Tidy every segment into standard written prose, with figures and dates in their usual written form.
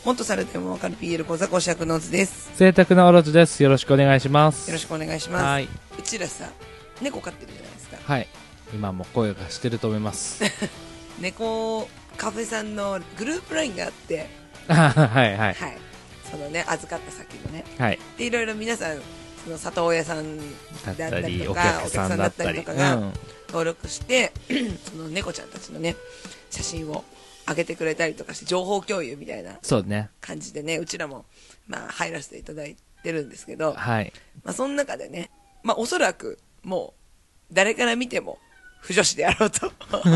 もっとされてもわかる PL 講座講師役の図です。 贅沢なオロチです。よろしくお願いします。 よろしくお願いします。 はい。 うちらさ、猫飼ってるじゃないですか。 はい。今も声がしてると思います。 猫カフェさんのグループ LINE があって、 はいはい。 はい。そのね、預かった先のね。 はい。 で、いろいろ皆さん、その里親さんだったりとおか、 客さんだったりとかが登録して、その猫ちゃんたちのね、写真を上げてくれたりとかして、情報共有みたいな感じでね、うちらも、まあ、入らせていただいてるんですけど、 はい。 まあ、その中でね、まあ、おそらく、もう、誰から見ても、不女子であろうと。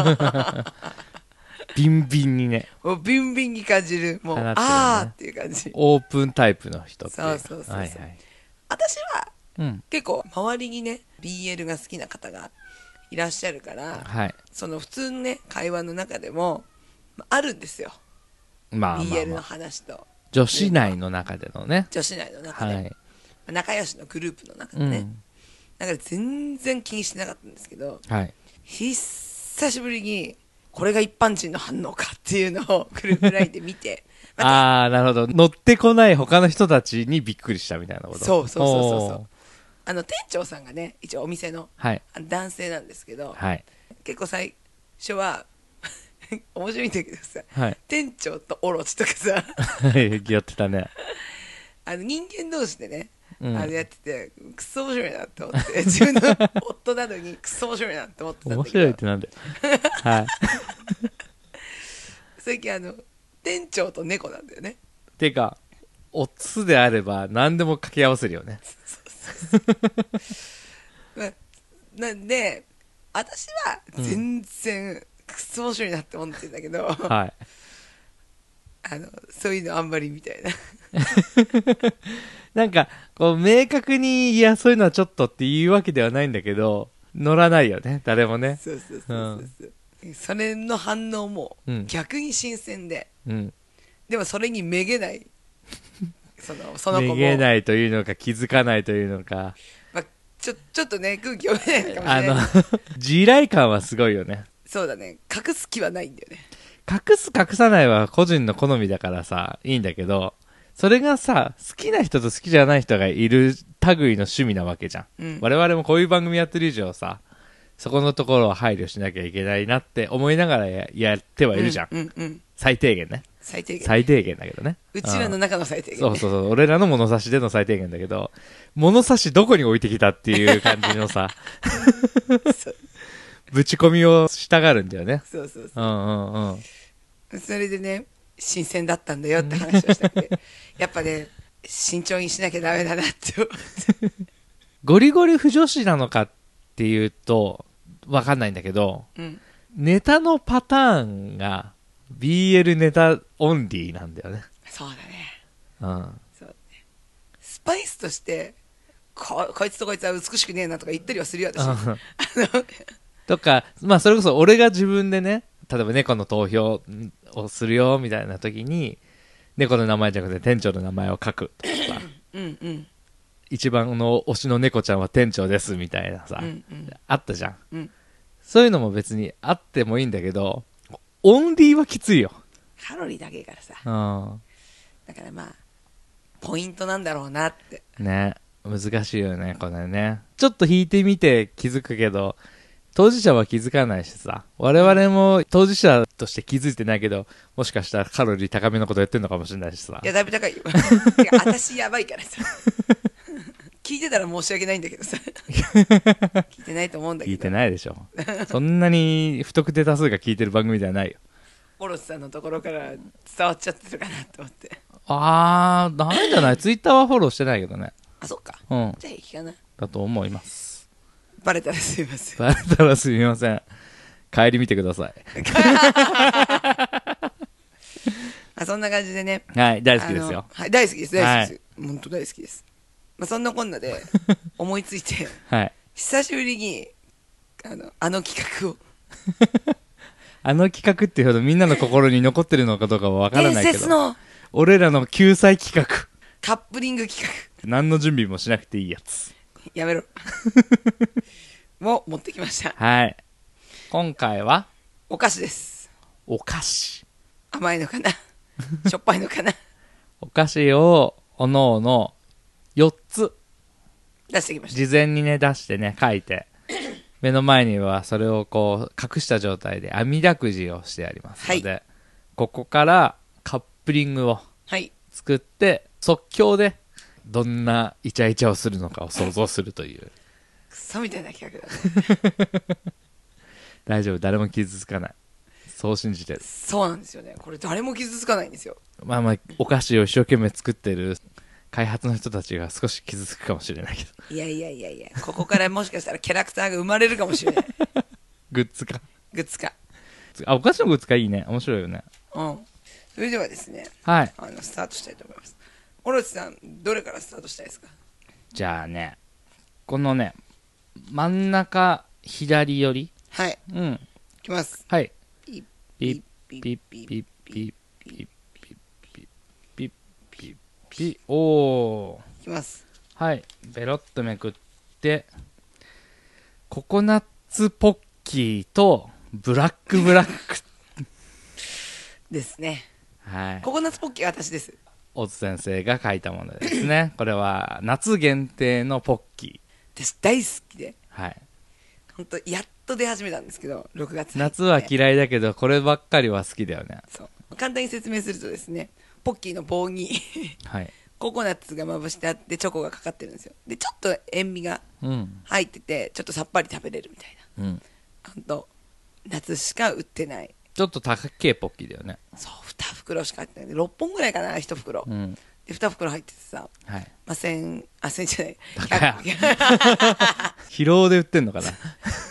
ビンビンにね。 もうビンビンに感じる。もう、 ね、 あーっていう感じ。 オープンタイプの人っていう。 そうそうそうそう。 はいはい、 私は、 うん、 結構、周りにね、BL が好きな方がいらっしゃるから、 はい、 その普通のね、会話の中でも、あるんですよ。 まあまあまあ、 BL の話と。 女子内の中でのね。 女子内の中で。はい、仲良しのグループの中でね。うん、だから全然気にしてなかったんですけど、 はい、 久しぶりに、これが一般人の反応かっていうのをグループ LINE で見て、 ああ、なるほど。乗ってこない他の人たちにびっくりしたみたいなこと。 そうそうそうそう。店長さんがね、一応お店の、 はい、 男性なんですけど、 はい、 結構最初は面白いんだけどさ、 はい、 店長とオロチとかさやってたね。 人間同士でね、やっててクソ面白いなって思って自分の夫なのにクソ面白いなって思ってたんだけど、 面白いってなんだよ。はい最近店長と猫なんだよね。 ていうかオツであれば何でも掛け合わせるよね。 まあ、なんで私は全然クソ面白いなって思ってるんだけど、 はい、 そういうのあんまりみたいななんかこう明確にいやそういうのはちょっとっていうわけではないんだけど、乗らないよね誰もね。 そうそうそうそう、それの反応も逆に新鮮で、うん、でもそれにめげないその子もめげないというのか気づかないというのか、 まあ、ちょっとね空気読めないかもしれない地雷感はすごいよね。 そうだね、隠す気はないんだよね。 隠す隠さないは個人の好みだからさいいんだけど、それがさ好きな人と好きじゃない人がいる類の趣味なわけじゃん、うん、我々もこういう番組やってる以上さそこのところは配慮しなきゃいけないなって思いながら やってはいるじゃん、うんうんうん、最低限ね。最低限だけどね。 うちらの中の最低限、ね、 そうそうそう、俺らの物差しでの最低限だけど、物差しどこに置いてきたっていう感じのさぶち込みをしたがるんだよね。 そうそうそう、うんうんうん、それでね新鮮だったんだよって話をしたくてやっぱね慎重にしなきゃダメだなって思ってゴリゴリ不女子なのかっていうと分かんないんだけど、うん、ネタのパターンが BL ネタオンリーなんだよね。 そうだね、 うん、 そうね、スパイスとしてこいつとこいつは美しくねえなとか言ったりはするよ私とか、まあそれこそ俺が自分でね、例えば猫の投票をするよみたいな時に猫の名前じゃなくて店長の名前を書くとかさうん、うん、一番の推しの猫ちゃんは店長ですみたいなさ、うんうん、あったじゃん、うん、そういうのも別にあってもいいんだけどオンリーはきついよ。 カロリーだけからさ、 うん、 だからまあポイントなんだろうなってね。難しいよねこれね。ちょっと引いてみて気づくけど当事者は気づかないしさ、我々も当事者として気づいてないけど、もしかしたらカロリー高めのことやってんのかもしれないしさ。 いやだいぶ高いよいや私やばいからさ聞いてたら申し訳ないんだけどさ聞いてないと思うんだけど。 聞いてないでしょそんなに不特定多数が聞いてる番組ではないよ。 オロチさんのところから伝わっちゃってるかなと思って。 ダメじゃないツイッターはフォローしてないけどね。 あ、そっか、 うん、 じゃあいいかなだと思います。 バレたらすみません。 バレたらすみません。帰り見てくださいそんな感じでね、 はい、大好きですよ。 はい、大好きです、大好きです、はい、本当大好きです。そんなこんなで思いついて、はい、久しぶりに企画を企画っていうほどみんなの心に残ってるのかどうかは分からないけど、 伝説の俺らの救済企画、 カップリング企画、 何の準備もしなくていいやつ、 やめろも持ってきました。 はい、今回はお菓子です。 お菓子、 甘いのかなしょっぱいのかなお菓子をおのおの4つ出してきました。 事前にね出してね書いて目の前にはそれをこう隠した状態で網だくじをしてありますので、はい、ここからカップリングを作って、はい、即興でどんなイチャイチャをするのかを想像するというクソみたいな企画だね大丈夫、誰も傷つかない、そう信じてる。 そうなんですよね、これ誰も傷つかないんですよ。 まあまあお菓子を一生懸命作ってる開発の人たちが少し傷つくかもしれないけど、 いやいやいやいや、ここからもしかしたらキャラクターが生まれるかもしれないグッズかあ、 お菓子のグッズか、いいね、面白いよね。 うん。それではですね、 はい、 スタートしたいと思います。オロチさん、どれからスタートしたいですか？ じゃあね、このね真ん中左寄り、 はい、 うん、 いきます。 はい、 ピッピッピッピッピッピッピッピッピッピッ、おー、 いきます。 はい、ベロッとめくってココナッツポッキーとブラックですね。 はい、 ココナッツポッキーは私です。 大津先生が書いたものですねこれは夏限定のポッキー、私大好きで、 はい、 本当やっと出始めたんですけど、6月夏は嫌いだけどこればっかりは好きだよね。 そう簡単に説明するとですね、ポッキーの棒にはい、ココナッツがまぶしてあってチョコがかかってるんですよ。でちょっと塩味が入ってて、ちょっとさっぱり食べれるみたいな、うん、本当夏しか売ってないちょっと高っけえポッキーだよね。 そう2袋しか入ってないで6本ぐらいかな1袋、うん、で2袋入っててさ、はい、まあ、1000じゃない疲労で売ってんのかな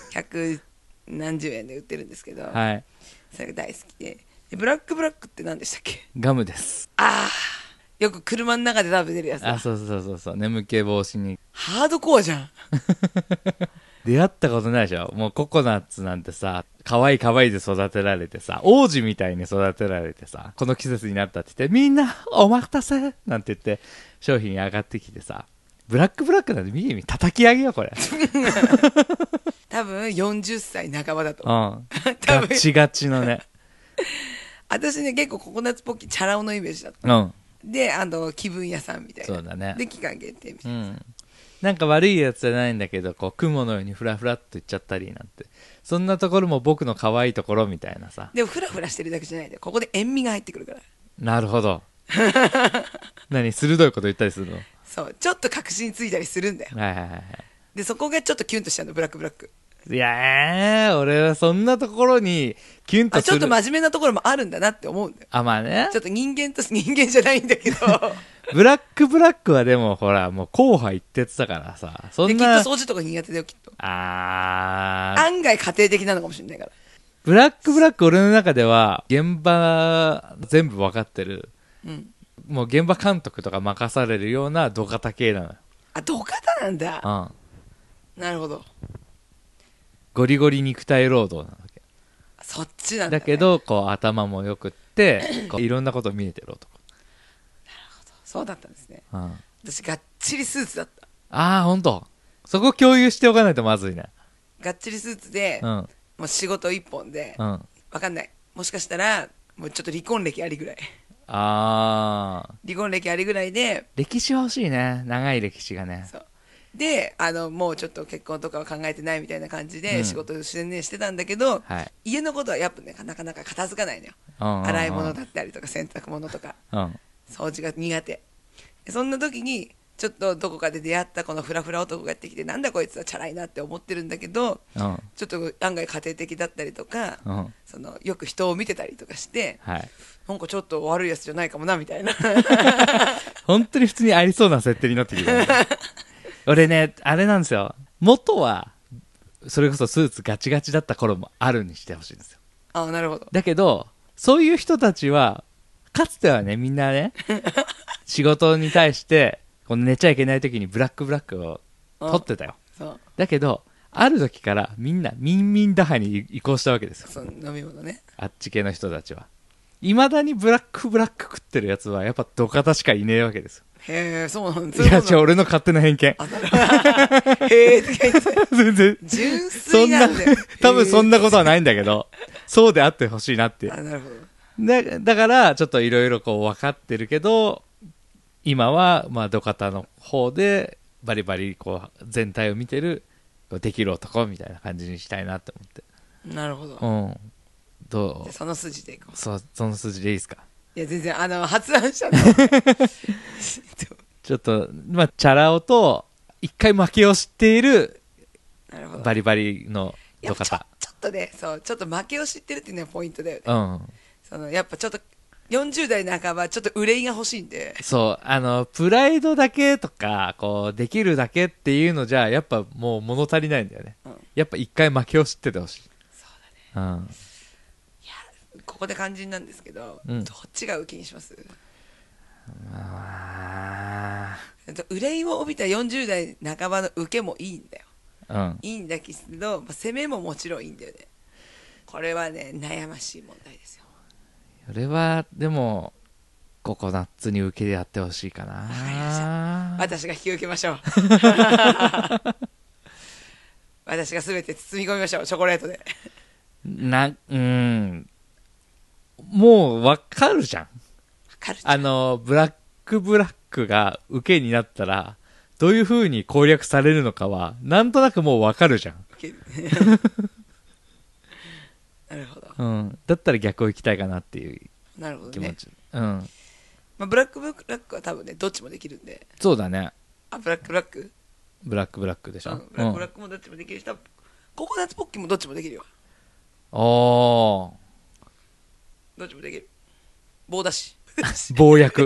100何十円で売ってるんですけど、 はい、 それが大好きで、ブラックって何でしたっけ？ ガムです。 ああ、よく車の中で食べてるやつだ。 あ、そう眠気防止に。 ハードコアじゃん出会ったことないでしょ。もうココナッツなんてさ、可愛いで育てられてさ、王子みたいに育てられてさ、この季節になったって言って、みんなお待たせなんて言って商品上がってきてさ、ブラックなんて見叩き上げよこれ多分40歳半ばだと思う。うん、ガチガチのね私ね、結構ココナッツポッキーチャラ男のイメージだった、うん、で気分屋さんみたいな。 そうだね。 で期間限定みたいな、うん、 なんか悪いやつじゃないんだけど、こう雲のようにフラフラっといっちゃったりなんて、そんなところも僕の可愛いところみたいなさ。 でもフラフラしてるだけじゃないで、ここで塩味が入ってくるから。 なるほど何鋭いこと言ったりするの？ そうちょっと確信ついたりするんだよ。 はいはいはい。 でそこがちょっとキュンとしちゃうの、ブラック。 いや俺はそんなところにキュンとする。 ちょっと真面目なところもあるんだなって思うんだよ。 あ、まあね。 ちょっと人間じゃないんだけどブラックはでもほらもう硬派一徹だからさ、そんな。 できっと掃除とか苦手だよきっと。案外家庭的なのかもしれないから。 ブラック俺の中では現場全部分かってる、うん、もう現場監督とか任されるような土方系なのよ。 あ、土方なんだ。うん、なるほど。 ゴリゴリ肉体労働なわけ。 そっちなんだ、ね、 だけどこう頭もよくってこういろんなことを見えてる男。なるほど、そうだったんですね、 うん、 私がっちりスーツだった。 ああ、ほんとそこ共有しておかないとまずいね。 がっちりスーツで、うん、もう仕事一本で、うん、わかんない、もしかしたらもうちょっと離婚歴ありぐらい。 ああ、 離婚歴ありぐらいで。 歴史は欲しいね、長い歴史がね。 そうでもうちょっと結婚とかは考えてないみたいな感じで仕事を専念してたんだけど、はい、家のことはやっぱねなかなか片付かないのよ、洗い物だったりとか洗濯物とか、掃除が苦手。そんな時にちょっとどこかで出会ったこのフラフラ男がやってきて、なんだこいつはチャラいなって思ってるんだけど、ちょっと案外家庭的だったりとか、よく人を見てたりとかして、はい、なんかちょっと悪いやつじゃないかもなみたいな本当に普通にありそうな設定になってきた、ね俺ね、あれなんですよ、元はそれこそスーツガチガチだった頃もあるにしてほしいんですよ。 あ、なるほど。 だけどそういう人たちはかつてはね、みんなね仕事に対してこの寝ちゃいけない時にブラックを取ってたよ。だけどある時からみんなミンミン打破に移行したわけですよ。 そう、飲み物ね。 あっち系の人たちはいまだにブラック食ってるやつはやっぱ土方しかいねえわけですよ。 へえ、そうなんです。 いや、俺の勝手な偏見。へえって書いて全然純粋なんだよ。 多分そんなことはないんだけど、そうであってほしいなって。 あ、なるほど。 だからちょっといろいろこう分かってるけど、 今はまあ土方の方でバリバリこう全体を見てるできる男みたいな感じにしたいなって思って。 なるほど。 うん。どう？ その筋でいこう。 その筋でいいですか？ いや全然発案者のちょっとまあチャラ男と一回負けを知っているバリバリの土方。 ちょっとね、そうちょっと負けを知ってるっていうのがポイントだよね。 うん。 やっぱちょっと40代半ばちょっと憂いが欲しいんで。 そうプライドだけとかこうできるだけっていうのじゃやっぱもう物足りないんだよね。うん、やっぱ一回負けを知っててほしい。 そうだね。うん。いやここで肝心なんですけど、どっちが受けにします？憂いを帯びた40代半ばの受けもいいんだよ。うん、いいんだけど、攻めももちろんいいんだよね。これはね悩ましい問題ですよ。 俺はでもココナッツに受けでやってほしいかな。わかりました。 私が引き受けましょう私が全て包み込みましょう、チョコレートでもう分かるじゃん。 分かるじゃん。 ブラックが受けになったらどういう風に攻略されるのかはなんとなくもう分かるじゃん。 なるほど。 うん。だったら逆を行きたいかなっていう気持ち。 なるほどね。 うん。 まあ、ブラックは多分ねどっちもできるんで。 そうだね。 ブラックブラックでしょ。 ブラックもどっちもできるし、ココナッツポッキーもどっちもできるよ。 どっちもできる。棒だし棒役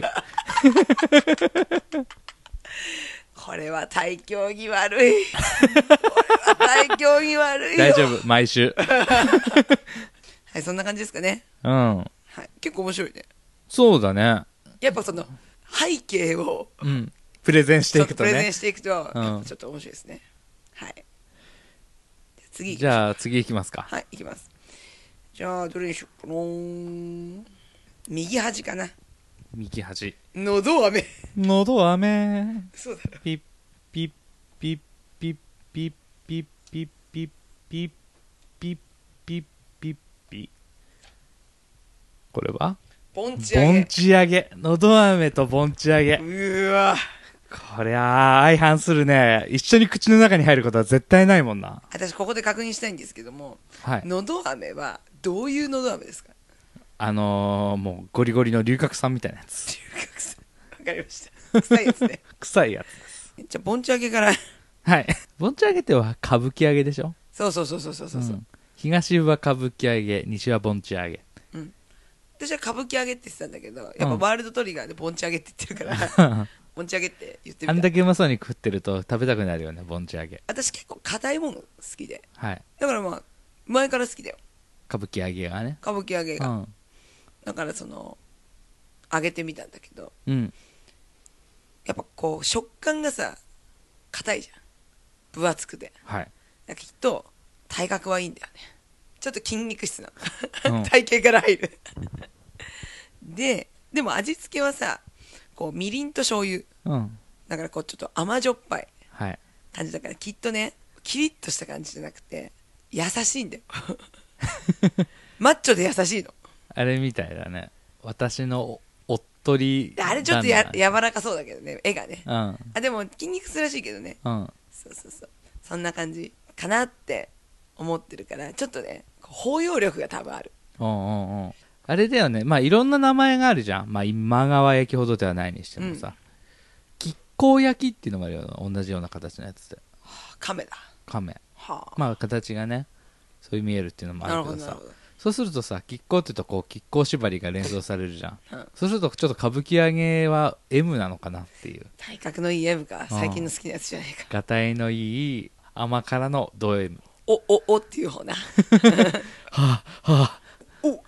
これは対競技悪い対競技悪いよ。 大丈夫、毎週はい、そんな感じですかね。 うん、はい、 結構面白いね。そうだね。やっぱその背景を、 プレゼンしていくとね。 プレゼンしていくと、ちょっと面白いですね。はい。 じゃあ次いきますか。 はい、いきます。じゃあどれにしようかな。右端かな。 右端。 のど飴。そうだろ。 ピッピッピッピッピッピッピッピッピッピッピッピッピ。これはぼんち揚げ。 のど飴とぼんち揚げ。 うわ。 こりゃ相反するね。一緒に口の中に入ることは絶対ないもんな。 私ここで確認したいんですけども、はい、のど飴はどういうのど飴ですか？ もうゴリゴリの龍角散みたいなやつ。 龍角散。わかりました。臭いやつね。 臭いやつです。 じゃあぼんち揚げからはい。ぼんち揚げっては歌舞伎揚げでしょ？ そう、 東は歌舞伎揚げ、西はぼんち揚げ。 私は歌舞伎揚げって言ってたんだけど、やっぱワールドトリガーでぼんち揚げって言ってるからぼんち揚げって言ってみた。 あんだけうまそうに食ってると食べたくなるよね、ぼんち揚げ。 私結構硬いもの好きで、 はい、 だからまあ前から好きだよ、 歌舞伎揚げがね。 歌舞伎揚げが、だから揚げてみたんだけど、やっぱこう食感がさ硬いじゃん、分厚くて、はい、だからきっと体格はいいんだよね。ちょっと筋肉質な体型から入るでも味付けはさ、こうみりんと醤油、だからこうちょっと甘じょっぱい感じだから、きっとねキリッとした感じじゃなくて優しいんだよマッチョで優しいの。 あれみたいだね、私のおっとり。 あれちょっと柔らかそうだけどね、絵がね、でも筋肉質らしいけどね、そうそんな感じかなって思ってるから、ちょっとね包容力が多分ある。 あれだよね、まあいろんな名前があるじゃん。まあ今川焼きほどではないにしてもさ、亀甲焼きっていうのもあるよ、同じような形のやつで。 亀だ。 亀。まあ形がねそういう見えるっていうのもあるけどさ、そうするとさ、亀甲って言うとこう亀甲縛りが連想されるじゃん、そうするとちょっと歌舞伎揚げは M なのかなっていう。 体格のいい M か、最近の好きなやつじゃないか。 がたいのいい甘辛のド M。 おっていう方なはあおわか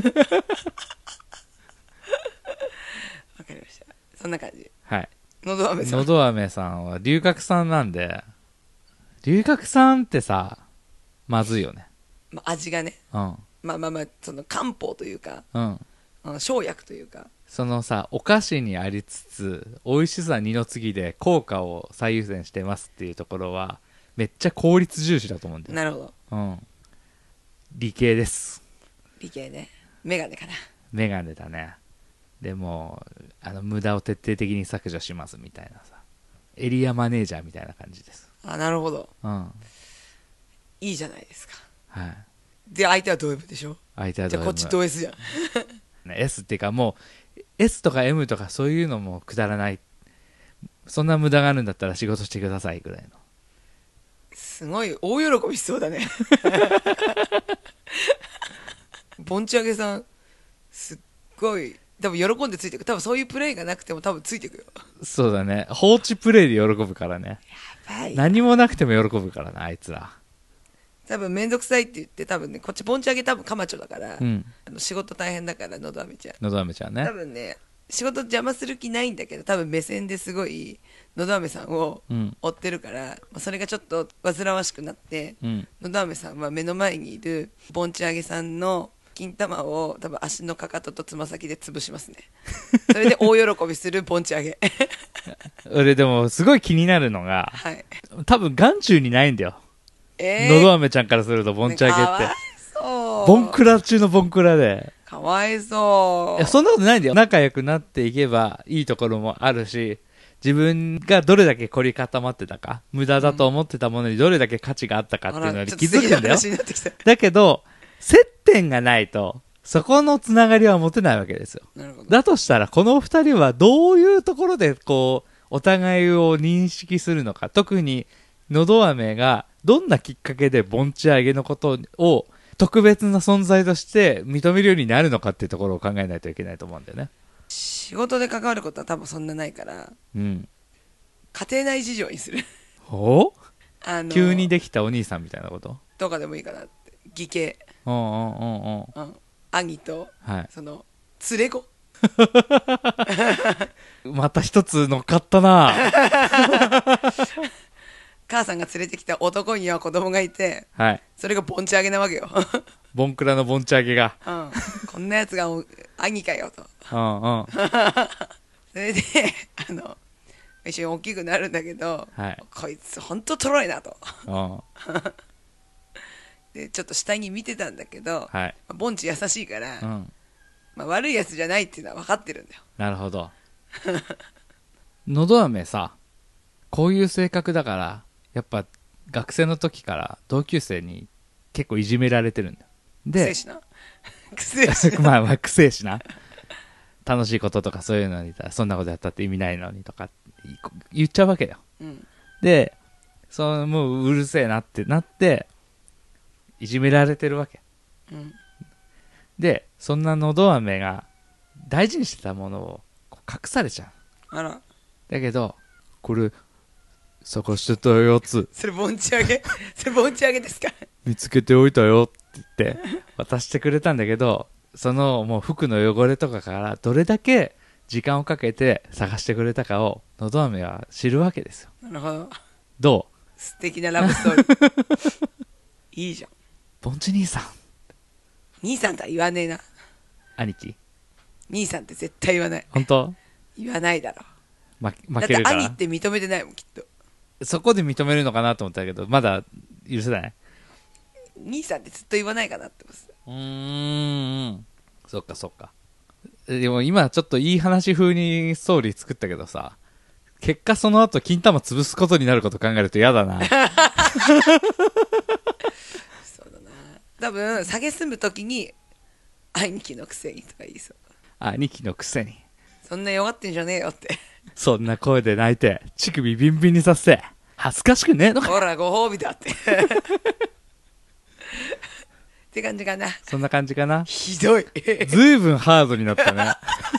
りました。そんな感じ。 はい。 のど飴さんは龍角散なんで、龍角散ってさまずいよね、 味がね、まあその漢方というか、生薬というか、 そのさお菓子にありつつ美味しさ二の次で効果を最優先してますっていうところはめっちゃ効率重視だと思うんだよ。 なるほど。 理系です。 理系ね。メガネかな。 メガネだね。 でも無駄を徹底的に削除しますみたいなさ、エリアマネージャーみたいな感じです。 なるほど。いいじゃないですか。で相手はド M でしょ。相手はド M。じゃあこっちド S じゃん。 S っていうかもう S とか M とかそういうのもくだらない。そんな無駄があるんだったら仕事してくださいぐらいの。 すごい大喜びしそうだね。ボンチ上げさんすっごい多分喜んでついてく。多分そういうプレイがなくても多分ついてくよ。 そうだね。放置プレイで喜ぶからね。 やばい。 何もなくても喜ぶからな、あいつら。 多分めんどくさいって言って多分ね、こっちボンチ上げ多分カマチョだから、仕事大変だからのどあめちゃん。 のどあめちゃんね。 多分ね、仕事邪魔する気ないんだけど、多分目線ですごいのどあめさんを追ってるから、それがちょっと煩わしくなって、のどあめさんは目の前にいるボンチ上げさんの金玉を多分足のかかととつま先で潰しますね。それで大喜びするボンチ上げ。 俺でもすごい気になるのが、多分眼中にないんだよ。のどあめちゃんからするとボンチ上げって、かわいそう。ボンクラ中のボンクラでかわいそう。 いやそんなことないんだよ。仲良くなっていけばいいところもあるし、自分がどれだけ凝り固まってたか、無駄だと思ってたものにどれだけ価値があったかっていうのに気づくんだよ。だけど接点がないとそこのつながりは持てないわけですよ。だとしたらこの二人はどういうところでこうお互いを認識するのか、特にのどあめがどんなきっかけでボンチ上げのことを特別な存在として認めるようになるのかっていうところを考えないといけないと思うんだよね。 仕事で関わることは多分そんなないから、家庭内事情にする。 ほう急にできたお兄さんみたいなこととかでもいいかなって。義兄、兄と、その連れ子。 また一つ乗っかったな。 母さんが連れてきた男には子供がいて、それがボンチ上げなわけよ。 ボンクラのボンチ上げが、 こんなやつが兄かよと。それで一緒に大きくなるんだけど、こいつほんとトロいなと。でちょっと下に見てたんだけど、ボンチ優しいから、悪いやつじゃないっていうのは分かってるんだよ。 なるほど。のどあめさ、こういう性格だからやっぱ学生の時から同級生に結構いじめられてるんだよ。で、 くせえしな。くせえしな。 まあくせえしな。楽しいこととかそういうのにそんなことやったって意味ないのにとか言っちゃうわけよ。で、もううるせえなってなっていじめられてるわけ。で、そんなのどあめが大事にしてたものを隠されちゃう。だけどこれ探してたやつ。 それボンチ上げそれボンチ上げですか。 見つけておいたよって言って渡してくれたんだけど、そのもう服の汚れとかからどれだけ時間をかけて探してくれたかをのどあめは知るわけですよ。 なるほど。 どう素敵なラブストーリー。いいじゃん。 ボンチ兄さん。 兄さんとは言わねえな。 兄貴。 兄さんって絶対言わない。 本当？ 言わないだろ。 負けるから。 だって兄って認めてないもんきっと。 そこで認めるのかなと思ったけどまだ許せない。 兄さんってずっと言わないかなって思って。そっかそっか。でも今ちょっといい話風にストーリー作ったけどさ、結果その後金玉潰すことになること考えると嫌だな。そうだな。 多分蔑む時に兄貴のくせにとか言いそう。 兄貴のくせにそんな弱ってんじゃねえよって。 そんな声で泣いて乳首ビンビンにさせて恥ずかしくねえのか。 ほらご褒美だって。って感じかな。 そんな感じかな。 ひどい。 ずいぶんハードになったね。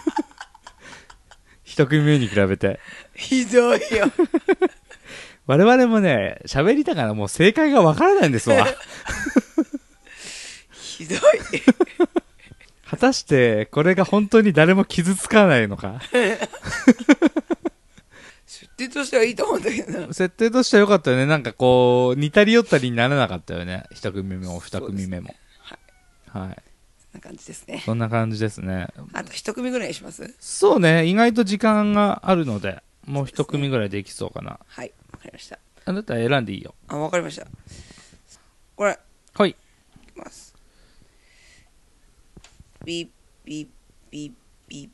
一組目に比べてひどいよ。 我々もね喋りたからもう正解がわからないんですわ。 ひどい。 果たしてこれが本当に誰も傷つかないのか。 設定としてはいいと思うんだけどな。 設定としては良かったよね。なんかこう似たり寄ったりにならなかったよね。一組目も二組目も、はい、 そんな感じですね。 そんな感じですね。 あと一組ぐらいにします？ そうね、意外と時間があるのでもう一組ぐらいできそうかな。 はい、わかりました。 あなたは選んでいいよ。 わかりました。これはい、いきます。ビッビッビッビッビ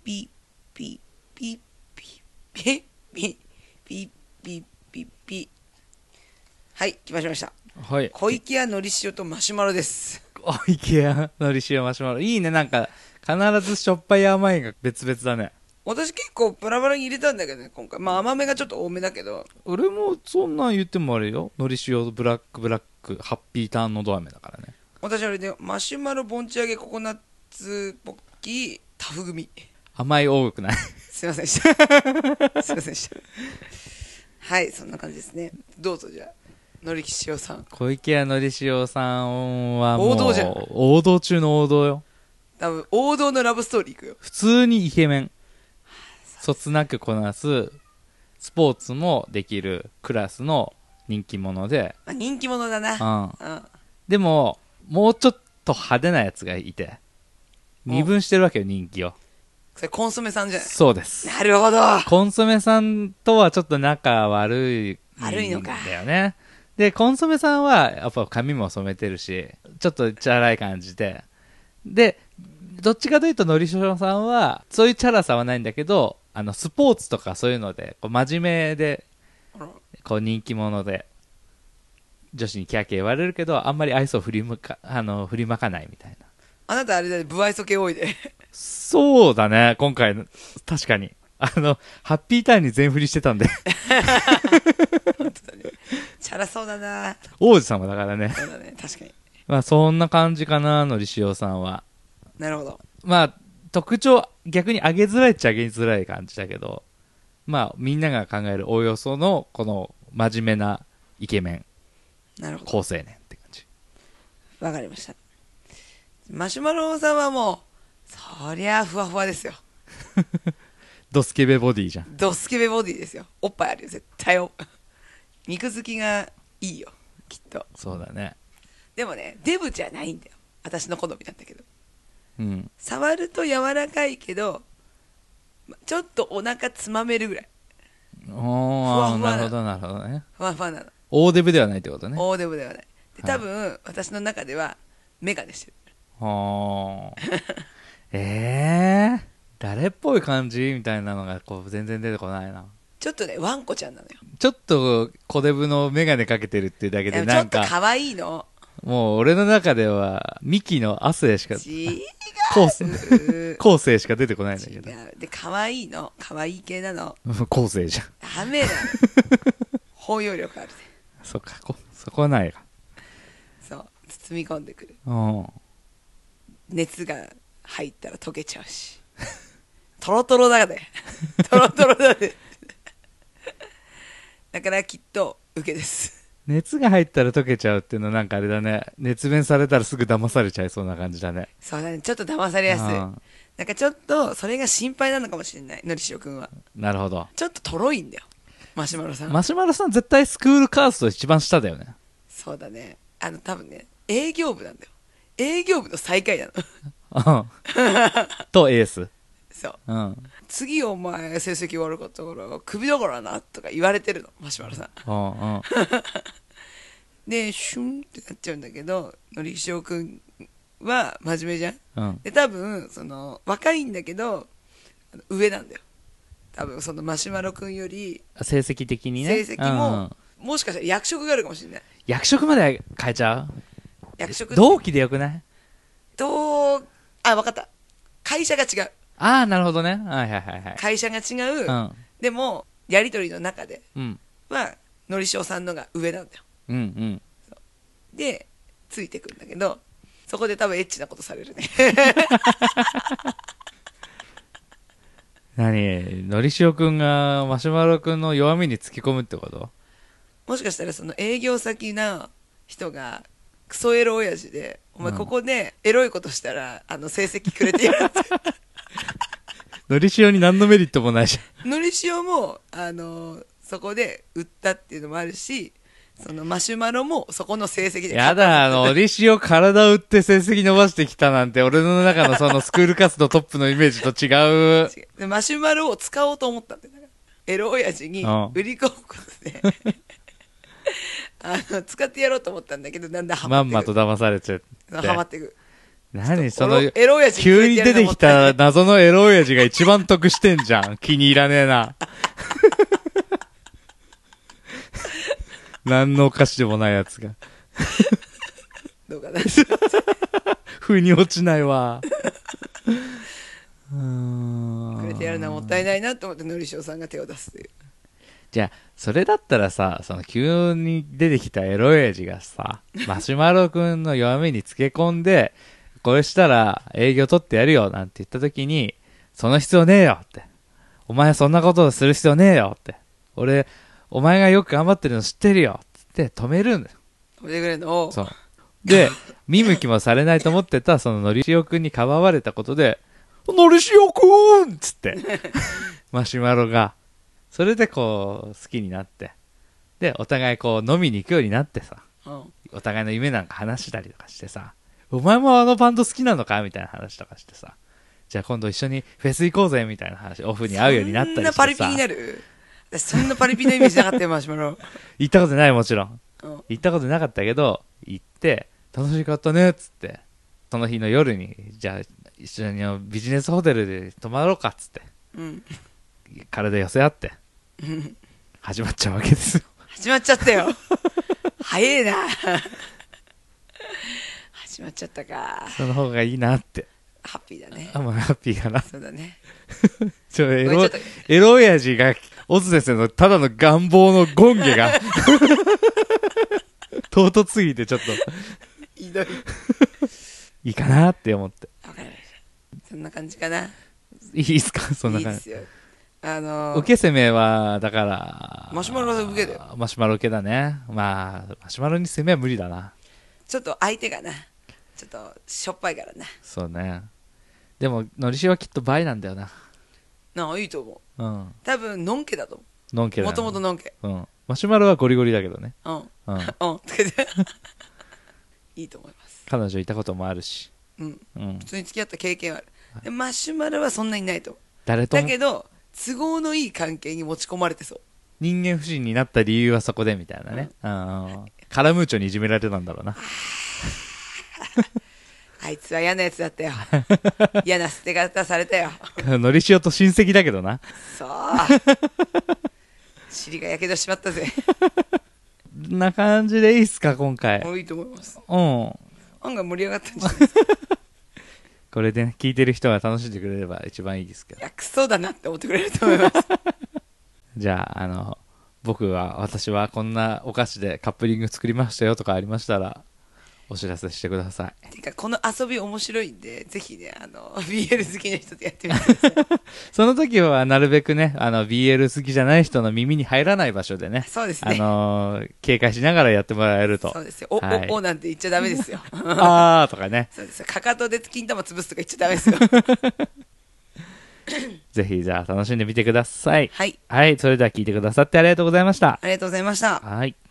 ピピピピピピピピピピ。はい、来ました。 はい。 小池屋のり塩とマシュマロです。 小池屋のり塩マシュマロ。いいね、なんか、必ずしょっぱい甘いが別々だね。 私結構バラバラに入れたんだけどね、今回。まあ甘めがちょっと多めだけど。 俺もそんなん言ってもあれよ。のり塩、ブラック、ハッピーターンのど飴だからね。 私あれで、マシュマロ、ボンチ揚げ、ココナッツポッキー、タフ組。 甘い多くないすいませんでした。すいませんでした。はい、そんな感じですね。どうぞじゃあ、のり塩さん。 小池屋のり塩さんはもう、 王道じゃん。 王道中の王道よ。 多分、王道のラブストーリーいくよ。 普通にイケメン。そつなくこなす、スポーツもできるクラスの人気者で。 まあ、人気者だな。 うん。でも、もうちょっと派手なやつがいて、二分してるわけよ、人気を。 それコンソメさんじゃない？ そうです。 なるほど。 コンソメさんとはちょっと仲悪いのか。 だよね。で、コンソメさんはやっぱ髪も染めてるし、ちょっとチャラい感じで。で、どっちかというとのり塩さんは、そういうチャラさはないんだけど、スポーツとかそういうので、こう真面目で、こう人気者で、女子にキャーキャー言われるけど、あんまり愛想を振りまかないみたいな。 あなたあれだね、不愛想系多いで。 そうだね、今回、確かに。ハッピーターンに全振りしてたんで。 本当だね。チャラそうだな。 王子様だからね。 そうだね、確かに。 まあ、そんな感じかな、のり塩さんは。 なるほど。 まあ、特徴、逆に上げづらいっちゃ上げづらい感じだけど、まあ、みんなが考えるおおよその、この、真面目なイケメン。 なるほど。 好青年って感じ。 わかりました。マシュマロさんはもう、そりゃふわふわですよ。 ドスケベボディじゃん。 ドスケベボディですよ。おっぱいあるよ、絶対。肉付きがいいよ、きっと。 そうだね。 でもね、デブじゃないんだよ。私の好みなんだけど。 うん。 触ると柔らかいけど、ちょっとお腹つまめるぐらい。 おー、なるほど、なるほどね。 ふわふわなの。 大デブではないってことね。 大デブではない。で、多分、私の中では、メガネしてる。 は誰っぽい感じみたいなのがこう全然出てこないな。 ちょっとね、ワンコちゃんなのよ。 ちょっと小デブのメガネかけてるっていうだけでなんかちょっと可愛いの。 もう俺の中ではミキの亜生しか後世しか出てこないんだけど。 違う。で、可愛いの。可愛い系なの。 後世じゃん。 ダメだよ。包容力あるね。 そっか、そこはないか。 そう。包み込んでくる。 うん。 熱が入ったら溶けちゃうし。トロトロだね。トロトロだね。だからきっと受けです。 熱が入ったら溶けちゃうっていうのはなんかあれだね。熱弁されたらすぐ騙されちゃいそうな感じだね。 そうだね。ちょっと騙されやすい。なんかちょっとそれが心配なのかもしれない。のりしおくんは。 なるほど。 ちょっととろいんだよ。マシュマロさん。 マシュマロさん絶対スクールカースト一番下だよね。 そうだね。多分ね、営業部なんだよ。営業部の最下位なの。 とエース。 そう。 うん。 次お前成績悪かったからクビだからなとか言われてるの、マシュマロさん。で、シュンってなっちゃうんだけど、のりしおくんは真面目じゃん。 うん。 で、多分、若いんだけど、上なんだよ。多分、マシュマロくんより、 成績的にね。 成績も、もしかしたら役職があるかもしれない。 役職まで変えちゃう？ 役職同期でよくない？ わかった。会社が違う。 ああ、なるほどね。はいはいはいはい。 会社が違う。 うん、 でも、やりとりの中では、 うん、 のりしおさんのが上なんだよ。 うんうん。 で、ついてくんだけど、そこで多分エッチなことされるね。 のりしおくんがマシュマロくんの弱みに突き込むってこと？ もしかしたらその営業先の人がクソエロ親父で、お前ここでエロいことしたら、成績くれてやるって。 のりしおに何のメリットもないじゃん。のりしおも、そこで売ったっていうのもあるし、マシュマロもそこの成績で。 やだ、のりしお体売って成績伸ばしてきたなんて、俺の中のそのスクール活動トップのイメージと違う。 でマシュマロを使おうと思ったんだよ。エロ親父に売り込むことで。使ってやろうと思ったんだけど、だんだんハマってく。 まんまと騙されちゃって。 ハマってく。 何その、 エロ親父急に出てきた謎のエロ親父が一番得してんじゃん。気に入らねえな。何のお菓子でもないやつが。 どうかな。 風に落ちないわ。 くれてやるのはもったいないなと思ってのりしおさんが手を出すという。 じゃあそれだったらさ、その急に出てきたエロ親父がさ、マシュマロくんの弱みにつけ込んで、これしたら営業取ってやるよなんて言った時に、その必要ねえよって、お前そんなことをする必要ねえよって、俺お前がよく頑張ってるの知ってるよって止めるんだよ。 止めてくれんの。 そうで、見向きもされないと思ってたそののりしおくんにかばわれたことで、のりしおくんっつってマシュマロがそれでこう好きになって、でお互いこう飲みに行くようになってさ、お互いの夢なんか話したりとかしてさ、お前もあのバンド好きなのかみたいな話とかしてさ、じゃあ今度一緒にフェス行こうぜみたいな話、オフに会うようになったりしてさ。 そんなパリピになる？そんなパリピのイメージなかったよマシュマロ。 行ったことない、もちろん、行ったことなかったけど、行って楽しかったねっつって、その日の夜にじゃあ一緒にビジネスホテルで泊まろうかっつって、体寄せ合って始まっちゃうわけですよ。 始まっちゃったよ。早えな。始まっちゃったか。 その方がいいなって。 ハッピーだね。 まあハッピーかな。 そうだね。 エロ親父がオズ先生のただの願望のゴンゲが唐突すぎてちょっとひどい。 いいかなって思って。 わかりました。そんな感じかな。 いいですか、そんな感じ。いいですよ。 受け攻めはだからマシュマロが受けだよ。 マシュマロ受けだね。まあマシュマロに攻めは無理だな。 ちょっと相手がな、ちょっとしょっぱいからな。 そうね。でものりしおはきっと倍なんだよな。 なあ、いいと思う。 うん。 多分のんけだと思う。 のんけだ、ね。 もともとのんけ。 うん。マシュマロはゴリゴリだけどね。 うん。うん。うん。いいと思います。 彼女いたこともあるし。 うん。普通に付き合った経験はある。でマシュマロはそんなにないと。 誰とも。 だけど都合のいい関係に持ち込まれてそう。 人間不信になった理由はそこでみたいなね。カラムーチョにいじめられてたんだろうな。 あいつは嫌なやつだったよ。嫌な捨て方されたよ。 のりしおと親戚だけどな。 そう。尻がやけどしまったぜ。 こんな感じでいいっすか今回。 もういいと思います。 うん。 案外盛り上がったんじゃないですか。 これで、ね、聞いてる人が楽しんでくれれば一番いいですけど。 いや、クソだなって思ってくれると思います。 じゃあ、私はこんなお菓子でカップリング作りましたよとかありましたら、お知らせしてください。 てか、この遊び面白いんで、ぜひね、BL 好きな人とやってみてください。 その時はなるべくね、BL 好きじゃない人の耳に入らない場所でね。 そうですね。 警戒しながらやってもらえると。 そうですよ。おなんて言っちゃダメですよ。 あーとかね。 そうですよ。かかとで金玉潰すとか言っちゃダメですよ。 ぜひ、じゃあ楽しんでみてください。 はい。 はい、それでは聞いてくださってありがとうございました。 ありがとうございました。 はい。